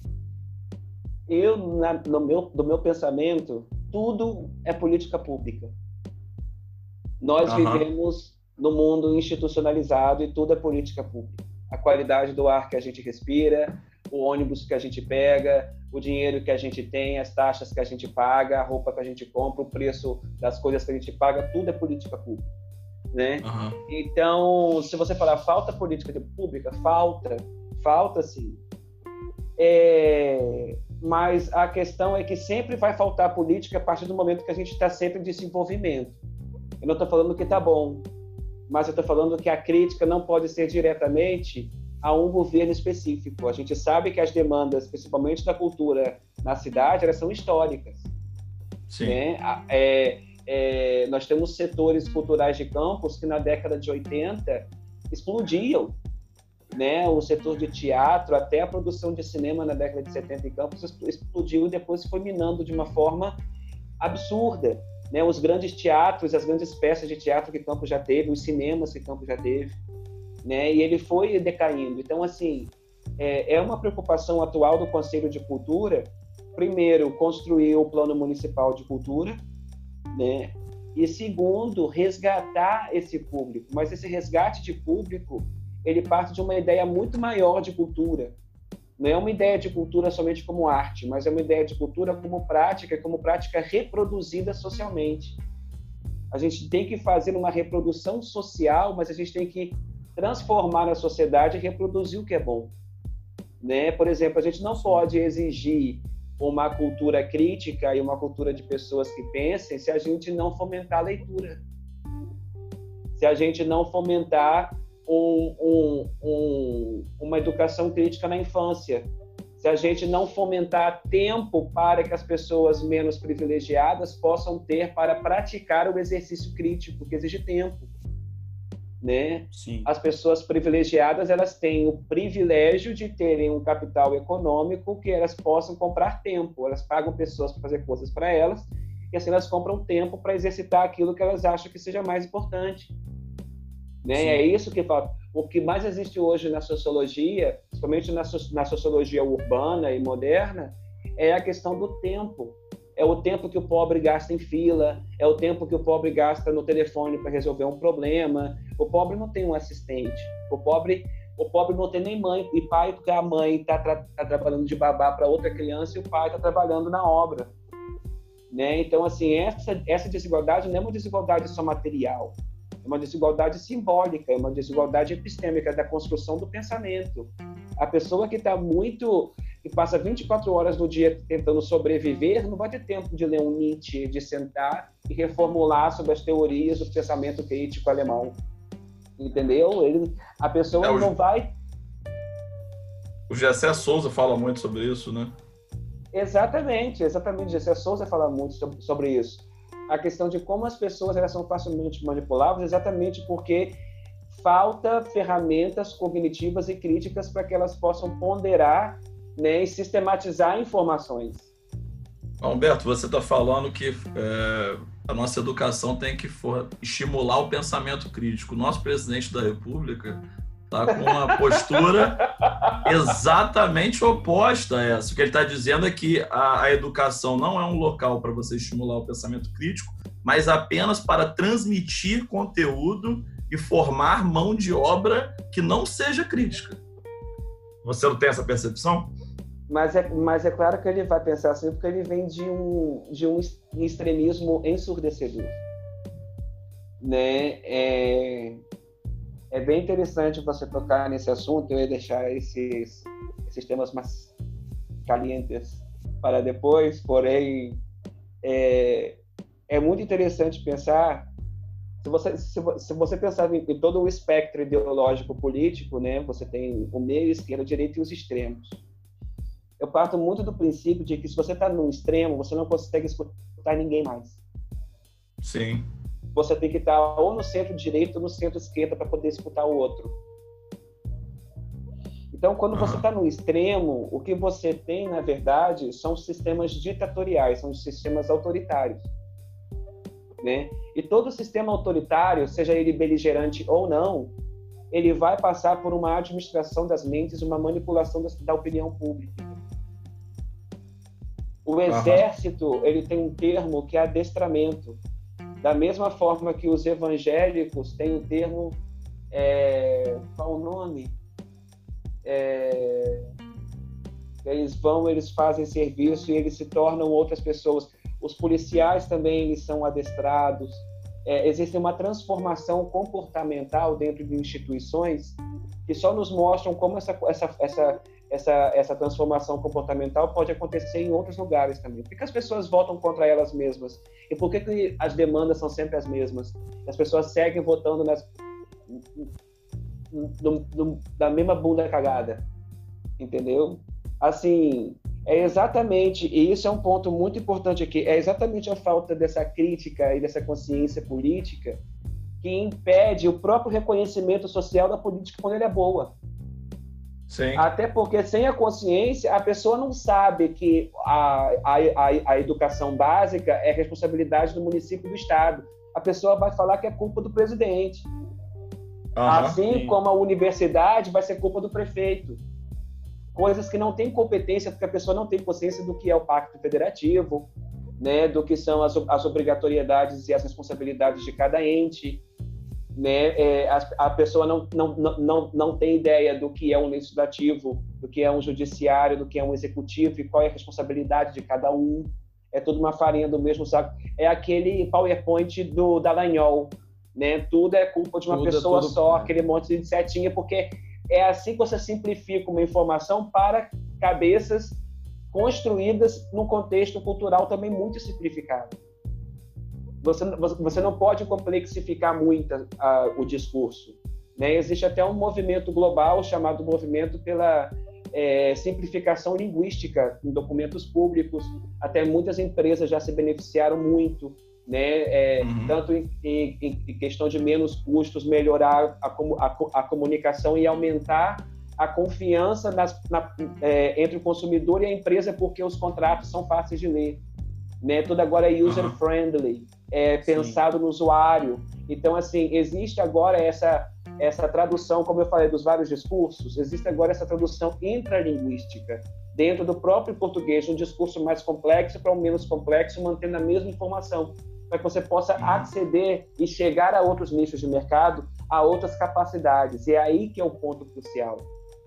Eu, na, no meu, do meu pensamento, tudo é política pública. Nós uhum. vivemos no mundo institucionalizado e tudo é política pública. A qualidade do ar que a gente respira, o ônibus que a gente pega, o dinheiro que a gente tem, as taxas que a gente paga, a roupa que a gente compra, o preço das coisas que a gente paga, tudo é política pública, né? Uhum. Então, se você falar falta política pública, falta, falta sim. É, mas a questão é que sempre vai faltar política a partir do momento que a gente está sempre em desenvolvimento. Eu não estou falando que está bom, mas eu estou falando que a crítica não pode ser diretamente a um governo específico. A gente sabe que as demandas, principalmente da cultura na cidade, elas são históricas. Sim. Né? É, é, nós temos setores culturais de campos que na década de oitenta explodiam. Né? O setor de teatro, até a produção de cinema na década de setenta em Campos explodiu e depois foi minando de uma forma absurda. Né? Os grandes teatros, as grandes peças de teatro que Campos já teve, os cinemas que Campos já teve, né? E ele foi decaindo. Então, assim, é, é uma preocupação atual do Conselho de Cultura, primeiro, construir o Plano Municipal de Cultura, né? E segundo, resgatar esse público. Mas esse resgate de público ele parte de uma ideia muito maior de cultura. Não é uma ideia de cultura somente como arte, mas é uma ideia de cultura como prática, como prática reproduzida socialmente. A gente tem que fazer uma reprodução social, mas a gente tem que transformar a sociedade e reproduzir o que é bom. Né? Por exemplo, a gente não pode exigir uma cultura crítica e uma cultura de pessoas que pensem se a gente não fomentar a leitura. Se a gente não fomentar Um, um, um, uma educação crítica na infância. Se a gente não fomentar tempo para que as pessoas menos privilegiadas possam ter para praticar o exercício crítico, que exige tempo. Né? Sim. As pessoas privilegiadas elas têm o privilégio de terem um capital econômico que elas possam comprar tempo. Elas pagam pessoas para fazer coisas para elas e assim elas compram tempo para exercitar aquilo que elas acham que seja mais importante. Né? É isso que falta. O que mais existe hoje na sociologia, principalmente na, so- na sociologia urbana e moderna, é a questão do tempo. É o tempo que o pobre gasta em fila, é o tempo que o pobre gasta no telefone para resolver um problema. O pobre não tem um assistente. O pobre, o pobre não tem nem mãe e pai, porque a mãe está tra- tá trabalhando de babá para outra criança e o pai está trabalhando na obra. Né? Então, assim, essa, essa desigualdade não é uma desigualdade só material. É uma desigualdade simbólica, é uma desigualdade epistêmica da construção do pensamento. A pessoa que está muito, que passa vinte e quatro horas do dia tentando sobreviver, não vai ter tempo de ler um Nietzsche, de sentar e reformular sobre as teorias do pensamento crítico alemão. Entendeu? Ele, a pessoa é, o, não vai... O Gessé Souza fala muito sobre isso, né? Exatamente, exatamente. Gessé Souza fala muito sobre, sobre isso. A questão de como as pessoas elas são facilmente manipuláveis, exatamente porque falta ferramentas cognitivas e críticas para que elas possam ponderar, né, e sistematizar informações. Humberto, você está falando que é, a nossa educação tem que for, estimular o pensamento crítico. O nosso presidente da República está com uma postura exatamente oposta a essa. O que ele está dizendo é que a, a educação não é um local para você estimular o pensamento crítico, mas apenas para transmitir conteúdo e formar mão de obra que não seja crítica. Você não tem essa percepção? Mas é, mas é claro que ele vai pensar assim, porque ele vem de um, de um extremismo ensurdecedor. Né? É... É bem interessante você tocar nesse assunto. Eu ia deixar esses, esses temas mais calientes para depois, porém, é, é muito interessante pensar, se você, se, se você pensar em, em todo o espectro ideológico político, né, você tem o meio, a esquerda, a direita e os extremos. Eu parto muito do princípio de que se você está num extremo, você não consegue escutar ninguém mais. Sim. Você tem que estar ou no centro-direita ou no centro-esquerda para poder escutar o outro. Então, quando você está no extremo, o que você tem, na verdade, são sistemas ditatoriais, são sistemas autoritários. Né? E todo sistema autoritário, seja ele beligerante ou não, ele vai passar por uma administração das mentes, uma manipulação da, da opinião pública. O exército, ele tem um termo que é adestramento. Da mesma forma que os evangélicos têm o termo, é, qual o nome? É, Eles vão, eles fazem serviço e eles se tornam outras pessoas. Os policiais também eles são adestrados. É, existe uma transformação comportamental dentro de instituições que só nos mostram como essa, essa, essa, essa, essa transformação comportamental pode acontecer em outros lugares também. Por que as pessoas votam contra elas mesmas? E por que, que as demandas são sempre as mesmas? As pessoas seguem votando nas, no, no, da mesma bunda cagada, entendeu? Assim, é exatamente, e isso é um ponto muito importante aqui, é exatamente a falta dessa crítica e dessa consciência política que impede o próprio reconhecimento social da política quando ela é boa. Sim. Até porque sem a consciência, a pessoa não sabe que a, a, a, a educação básica é responsabilidade do município e do Estado. A pessoa vai falar que é culpa do presidente. Uhum, assim sim. Como a universidade vai ser culpa do prefeito. Coisas que não têm competência, porque a pessoa não tem consciência do que é o Pacto Federativo, né, do que são as, as obrigatoriedades e as responsabilidades de cada ente. Né? É, a, a pessoa não, não, não, não tem ideia do que é um legislativo, do que é um judiciário, do que é um executivo e qual é a responsabilidade de cada um. É tudo uma farinha do mesmo saco. É aquele PowerPoint do Dallagnol, né? Tudo é culpa de uma tudo, pessoa tudo, só, é. Aquele monte de setinha, porque é assim que você simplifica uma informação para cabeças construídas num contexto cultural também muito simplificado. Você, você não pode complexificar muito uh, o discurso. Né? Existe até um movimento global chamado Movimento pela é, Simplificação Linguística em documentos públicos. Até muitas empresas já se beneficiaram muito, né? É, uhum. Tanto em, em, em questão de menos custos, melhorar a, a, a comunicação e aumentar a confiança nas, na, é, entre o consumidor e a empresa, porque os contratos são fáceis de ler. Né? Tudo agora é user-friendly, é pensado Sim. no usuário. Então, assim, existe agora essa, essa tradução, como eu falei, dos vários discursos, existe agora essa tradução intralinguística dentro do próprio português, um discurso mais complexo para um menos complexo, mantendo a mesma informação, para que você possa uhum. aceder e chegar a outros nichos de mercado, a outras capacidades. E é aí que é o ponto crucial.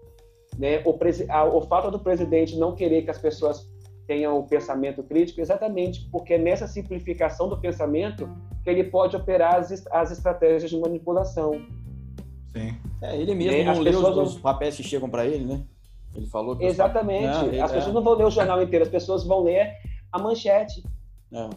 Né? O, presi- a, o fato do presidente não querer que as pessoas tenham o pensamento crítico, exatamente porque é nessa simplificação do pensamento que ele pode operar as, as estratégias de manipulação. Sim. É, ele mesmo é, não lê os, não... os papéis que chegam para ele, né? Ele falou que exatamente. Não, ele, as pessoas é... não vão ler o jornal inteiro, as pessoas vão ler a manchete. É.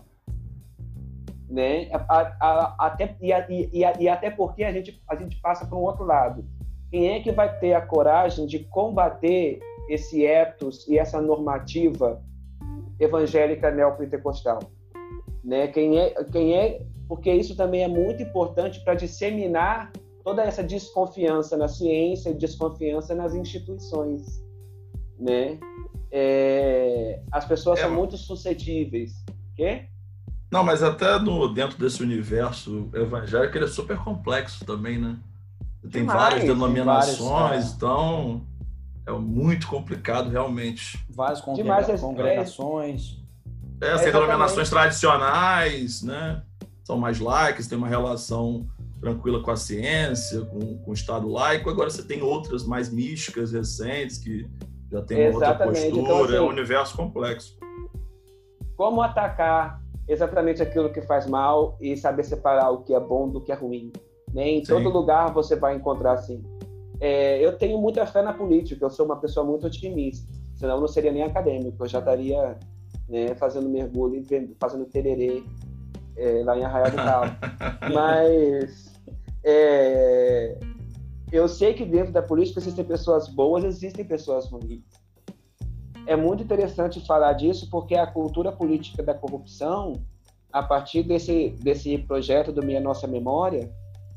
Né? A, a, a, até, e, a, e, a, e até porque a gente, a gente passa para um outro lado. Quem é que vai ter a coragem de combater esse ethos e essa normativa evangélica neopentecostal? Né? Quem é, quem é, porque isso também é muito importante para disseminar toda essa desconfiança na ciência e desconfiança nas instituições. Né? É, as pessoas é, são muito suscetíveis. Quê? Não, mas até no, dentro desse universo evangélico ele é super complexo também, né? Tem Demais, várias denominações, várias, então é muito complicado realmente. Várias congrega- congregações. É, tem denominações tradicionais, né? São mais laicas, tem uma relação tranquila com a ciência, com, com o Estado laico. Agora você tem outras mais místicas, recentes, que já tem uma Exatamente. outra postura. Então, assim, é um universo complexo. Como atacar exatamente aquilo que faz mal e saber separar o que é bom do que é ruim. Né? Em Sim. todo lugar você vai encontrar assim. É, eu tenho muita fé na política, eu sou uma pessoa muito otimista, senão eu não seria nem acadêmico, eu já estaria, né, fazendo mergulho, fazendo tererê é, lá em Arraial do Cabo. Mas é, eu sei que dentro da política existem pessoas boas, existem pessoas ruins. É muito interessante falar disso porque a cultura política da corrupção, a partir desse, desse projeto do Minha Nossa Memória,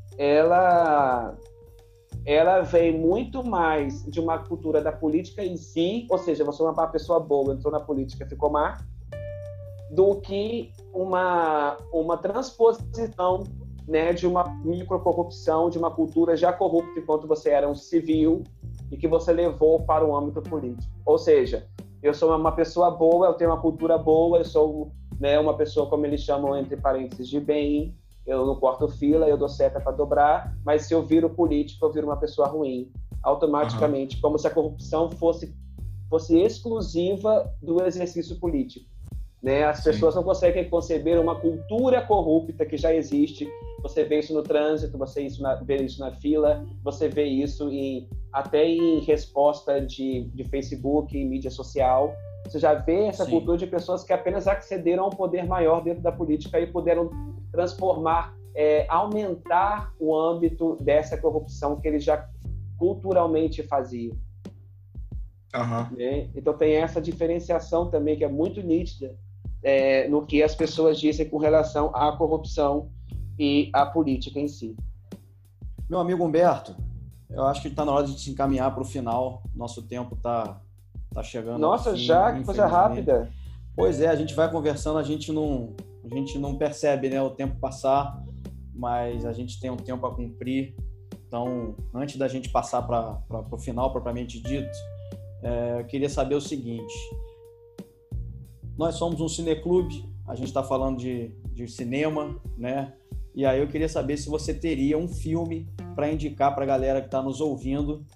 ela, ela vem muito mais de uma cultura da política em si, ou seja, você é uma pessoa boa, entrou na política, ficou má, do que uma, uma transposição, né, de uma microcorrupção, de uma cultura já corrupta enquanto você era um civil e que você levou para o âmbito político. Ou seja, eu sou uma pessoa boa, eu tenho uma cultura boa, eu sou, né, uma pessoa, como eles chamam, entre parênteses, de bem, eu não corto fila, eu dou seta para dobrar, mas se eu viro político, eu viro uma pessoa ruim. Automaticamente, uhum. como se a corrupção fosse, fosse exclusiva do exercício político. Né? As pessoas Sim. não conseguem conceber uma cultura corrupta que já existe. Você vê isso no trânsito, você isso na, vê isso na fila, você vê isso em, até em resposta de, de Facebook, em mídia social. Você já vê essa Sim. cultura de pessoas que apenas accederam a um poder maior dentro da política e puderam transformar, é, aumentar o âmbito dessa corrupção que eles já culturalmente faziam. Uhum. Né? Então tem essa diferenciação também que é muito nítida é, no que as pessoas dizem com relação à corrupção e à política em si. Meu amigo Humberto, eu acho que está na hora de se encaminhar para o final. Nosso tempo está tá chegando. Nossa, ao fim, já? Que coisa rápida. Pois é, a gente vai conversando, a gente não, a gente não percebe, né, o tempo passar, mas a gente tem um tempo a cumprir. Então, antes da gente passar para o final, propriamente dito, é, eu queria saber o seguinte. Nós somos um cineclube, a gente está falando de, de cinema, né? E aí eu queria saber se você teria um filme para indicar para a galera que está nos ouvindo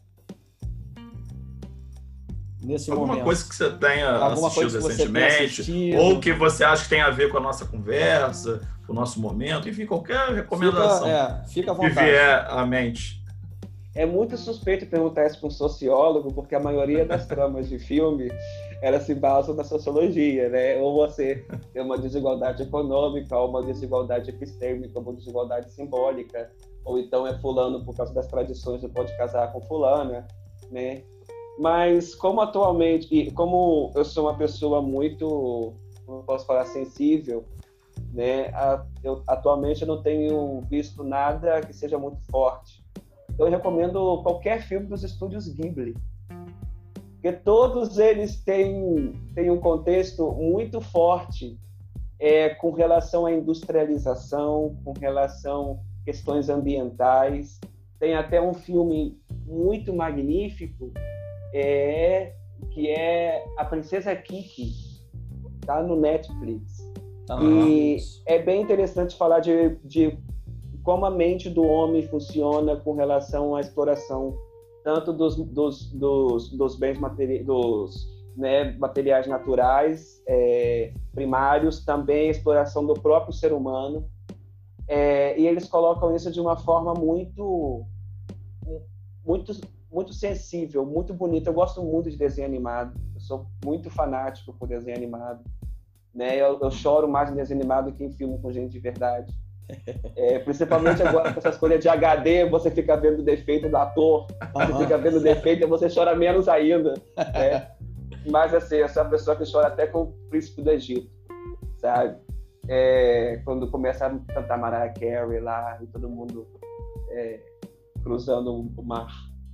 nesse Alguma momento. Coisa que você tenha Alguma assistido coisa que recentemente, você ou que você acha que tem a ver com a nossa conversa, com o nosso momento, enfim, qualquer recomendação fica, é, fica à que vontade. vier à mente. É muito suspeito perguntar isso para um sociólogo, porque a maioria das tramas de filme elas se basam na sociologia, né? Ou você tem uma desigualdade econômica, ou uma desigualdade epistêmica, ou uma desigualdade simbólica, ou então é fulano por causa das tradições não pode casar com fulana, né? Mas como atualmente, e como eu sou uma pessoa muito, como eu posso falar, sensível, né? Eu, atualmente eu não tenho visto nada que seja muito forte. Eu recomendo qualquer filme dos estúdios Ghibli, porque todos eles têm, têm um contexto muito forte é, com relação à industrialização, com relação a questões ambientais. Tem até um filme muito magnífico é, que é A Princesa Kiki, tá no Netflix. Ah, e nossa. É bem interessante falar de, de como a mente do homem funciona com relação à exploração tanto dos, dos, dos, dos bens materi- dos, né, materiais naturais, é, primários, também a exploração do próprio ser humano. É, e eles colocam isso de uma forma muito, muito, muito sensível, muito bonita. Eu gosto muito de desenho animado, eu sou muito fanático por desenho animado. Né? Eu, eu choro mais em desenho animado que em filme com gente de verdade. É, principalmente agora com essa escolha de H D, você fica vendo o defeito do ator, você uhum. fica vendo o defeito e você chora menos ainda, né? Mas assim, eu sou uma pessoa que chora até com o Príncipe do Egito, sabe? É, quando começa a cantar Mariah Carey lá e todo mundo é, cruzando o mar.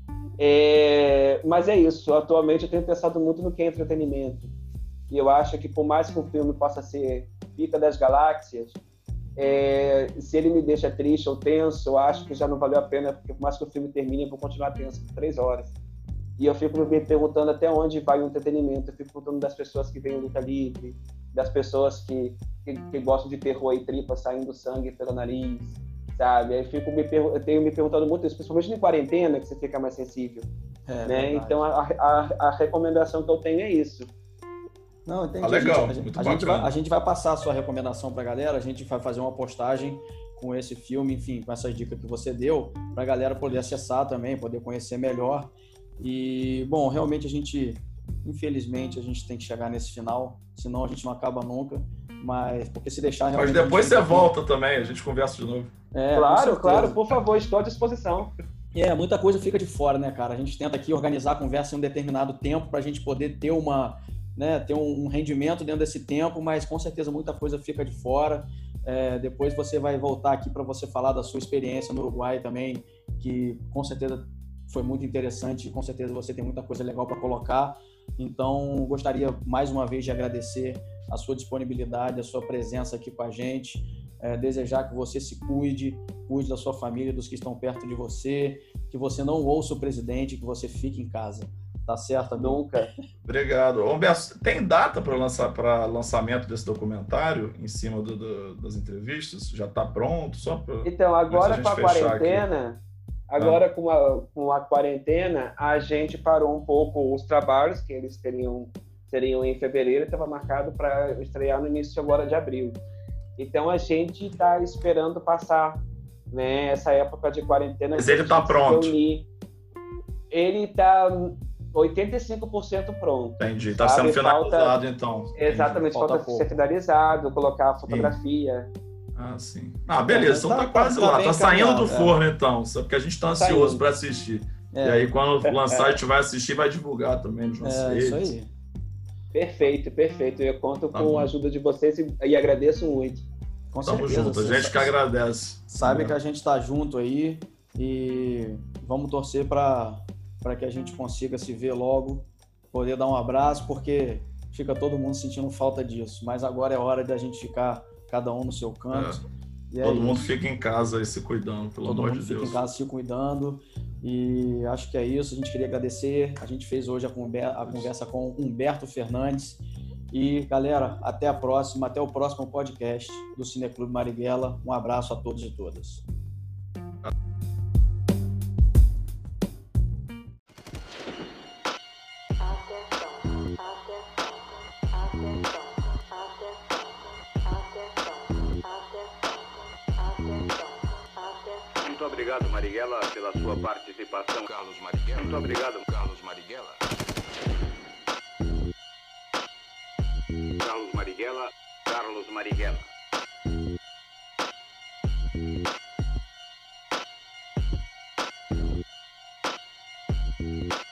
É, mas é isso, atualmente eu tenho pensado muito no que é entretenimento, e eu acho que por mais que o filme possa ser Pica das Galáxias, É, se ele me deixa triste ou tenso, eu acho que já não valeu a pena, porque por mais que o filme termine, eu vou continuar tenso por três horas. E eu fico me perguntando até onde vai o entretenimento. Eu fico perguntando das pessoas que veem luta livre, das pessoas que, que, que gostam de terror e tripa saindo sangue pelo nariz, sabe? Aí eu, fico me, eu tenho me perguntando muito isso, principalmente em quarentena, que você fica mais sensível. É, né? Então a, a, a recomendação que eu tenho é isso. Não, entendi. Ah, legal, a, gente, muito a, gente vai, a gente vai passar a sua recomendação para a galera, a gente vai fazer uma postagem com esse filme, enfim, com essas dicas que você deu, para a galera poder acessar também, poder conhecer melhor. E, bom, realmente a gente, infelizmente, a gente tem que chegar nesse final, senão a gente não acaba nunca, mas porque se deixar... Mas depois você volta que... também, a gente conversa de novo. É, claro, claro, por favor, estou à disposição. É, muita coisa fica de fora, né, cara? A gente tenta aqui organizar a conversa em um determinado tempo para a gente poder ter uma... Né, ter um rendimento dentro desse tempo, mas com certeza muita coisa fica de fora. É, depois você vai voltar aqui para você falar da sua experiência no Uruguai também, que com certeza foi muito interessante e com certeza você tem muita coisa legal para colocar. Então, gostaria mais uma vez de agradecer a sua disponibilidade, a sua presença aqui com a gente, é, desejar que você se cuide, cuide da sua família, dos que estão perto de você, que você não ouça o presidente, que você fique em casa. Tá certo? Nunca. Obrigado. Humberto, tem data para lançar, para lançamento desse documentário em cima do, do, das entrevistas? Já está pronto? Só pra, então, agora com a quarentena, aqui. Agora, ah. com, a, com a quarentena, a gente parou um pouco os trabalhos, que eles teriam, seriam em fevereiro, estava marcado para estrear no início agora de abril. Então, a gente está esperando passar, né, essa época de quarentena. Mas ele está pronto. Reunir. Ele está oitenta e cinco por cento pronto. Entendi, está sendo finalizado, falta, então. Exatamente, falta, falta ser finalizado, colocar a fotografia. Sim. Ah, sim. Ah, beleza, então tá, tá quase tá lá. Tá saindo do é. forno, então. Só porque a gente tá ansioso para assistir. É. E aí, quando lançar, a gente vai assistir, vai divulgar também nos nossos é, redes. Isso aí. Perfeito, perfeito. Eu conto tá com bom. a ajuda de vocês e, e agradeço muito. Com Tamo certeza. junto, a gente que agradece. Sabe é. que a gente tá junto aí e vamos torcer para para que a gente consiga se ver logo, poder dar um abraço, porque fica todo mundo sentindo falta disso. Mas agora é hora da gente ficar cada um no seu canto. É. Todo mundo fica em casa aí se cuidando, pelo amor de Deus. Todo mundo fica em casa se cuidando. E acho que é isso. A gente queria agradecer. A gente fez hoje a conversa, a conversa com Humberto Fernandes. E, galera, até a próxima. Até o próximo podcast do Cineclube Marighella. Um abraço a todos e todas. Muito obrigado, Marighella, pela sua participação. Carlos Marighella. Muito obrigado, Carlos Marighella. Carlos Marighella, Carlos Marighella.